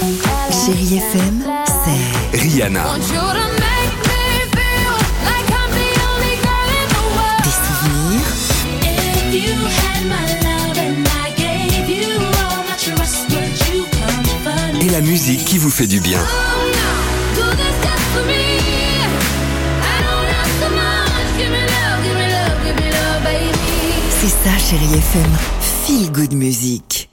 Chérie FM, c'est Rihanna. des souvenirs, Et la musique qui vous fait du bien. c'est ça Chérie FM, Feel Good Music.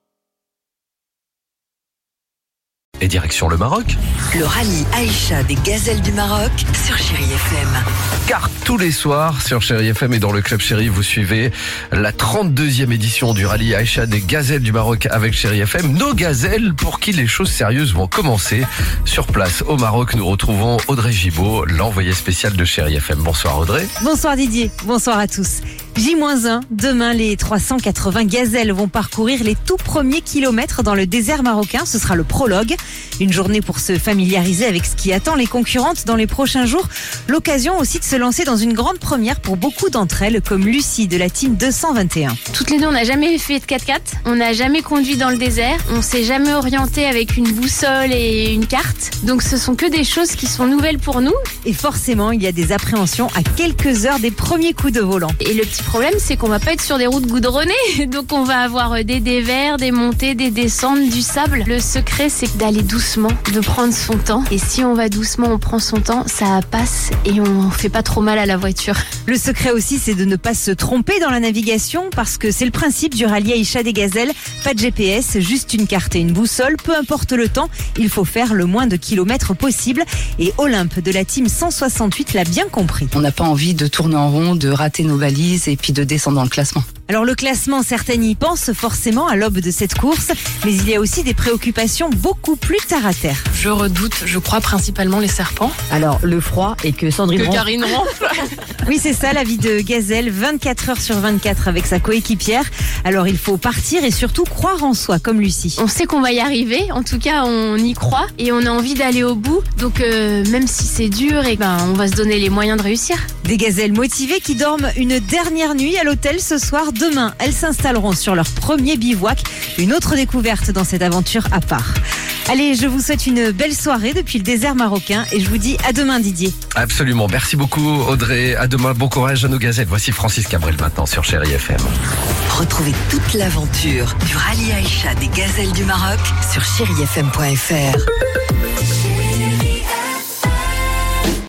Et direction le Maroc. Le rallye Aïcha des gazelles du Maroc sur Chérie FM. Car tous les soirs sur Chérie FM et dans le Club Chérie, vous suivez la 32e édition du rallye Aïcha des gazelles du Maroc avec Chérie FM. Nos gazelles pour qui les choses sérieuses vont commencer. Sur place au Maroc, nous retrouvons Audrey Gibaud, l'envoyée spéciale de Chérie FM. Bonsoir Audrey. Bonsoir Didier, bonsoir à tous. J-1, demain les 380 gazelles vont parcourir les tout premiers kilomètres dans le désert marocain. Ce sera le prologue. Une journée pour se familiariser avec ce qui attend les concurrentes dans les prochains jours. L'occasion aussi de se lancer dans une grande première pour beaucoup d'entre elles, comme Lucie de la team 221. Toutes les deux, on n'a jamais fait de 4x4, on n'a jamais conduit dans le désert, on s'est jamais orienté avec une boussole et une carte. Donc ce sont que des choses qui sont nouvelles pour nous. Et forcément, il y a des appréhensions à quelques heures des premiers coups de volant. Et le petit problème, c'est qu'on va pas être sur des routes goudronnées. Donc on va avoir des dévers, des montées, des descentes, du sable. Le secret, c'est d'aller doucement, de prendre son temps. Et si on va doucement, on prend son temps, ça passe et on fait pas trop mal à la voiture. Le secret aussi, c'est de ne pas se tromper dans la navigation parce que c'est le principe du rallye Aïcha des gazelles. Pas de GPS, juste une carte et une boussole. Peu importe le temps, il faut faire le moins de kilomètres possible. Et Olympe de la team 168 l'a bien compris. On n'a pas envie de tourner en rond, de rater nos balises et puis de descendre dans le classement. Alors le classement, certaines y pensent forcément à l'aube de cette course, mais il y a aussi des préoccupations beaucoup plus terre à terre. Je redoute, je crois, principalement les serpents. Alors, le froid et que Sandrine Que rentre. Karine rentre. Oui, c'est ça la vie de gazelle, 24 heures sur 24 avec sa coéquipière. Alors il faut partir et surtout croire en soi, comme Lucie. On sait qu'on va y arriver, en tout cas on y croit et on a envie d'aller au bout. Donc même si c'est dur, on va se donner les moyens de réussir. Des gazelles motivées qui dorment une dernière nuit à l'hôtel ce soir. Demain, elles s'installeront sur leur premier bivouac. Une autre découverte dans cette aventure à part. Allez, je vous souhaite une belle soirée depuis le désert marocain et je vous dis à demain Didier. Absolument. Merci beaucoup Audrey. À demain. Bon courage à nos gazelles. Voici Francis Cabrel maintenant sur Chérie FM. Retrouvez toute l'aventure du rallye Aïcha des gazelles du Maroc sur chérifm.fr.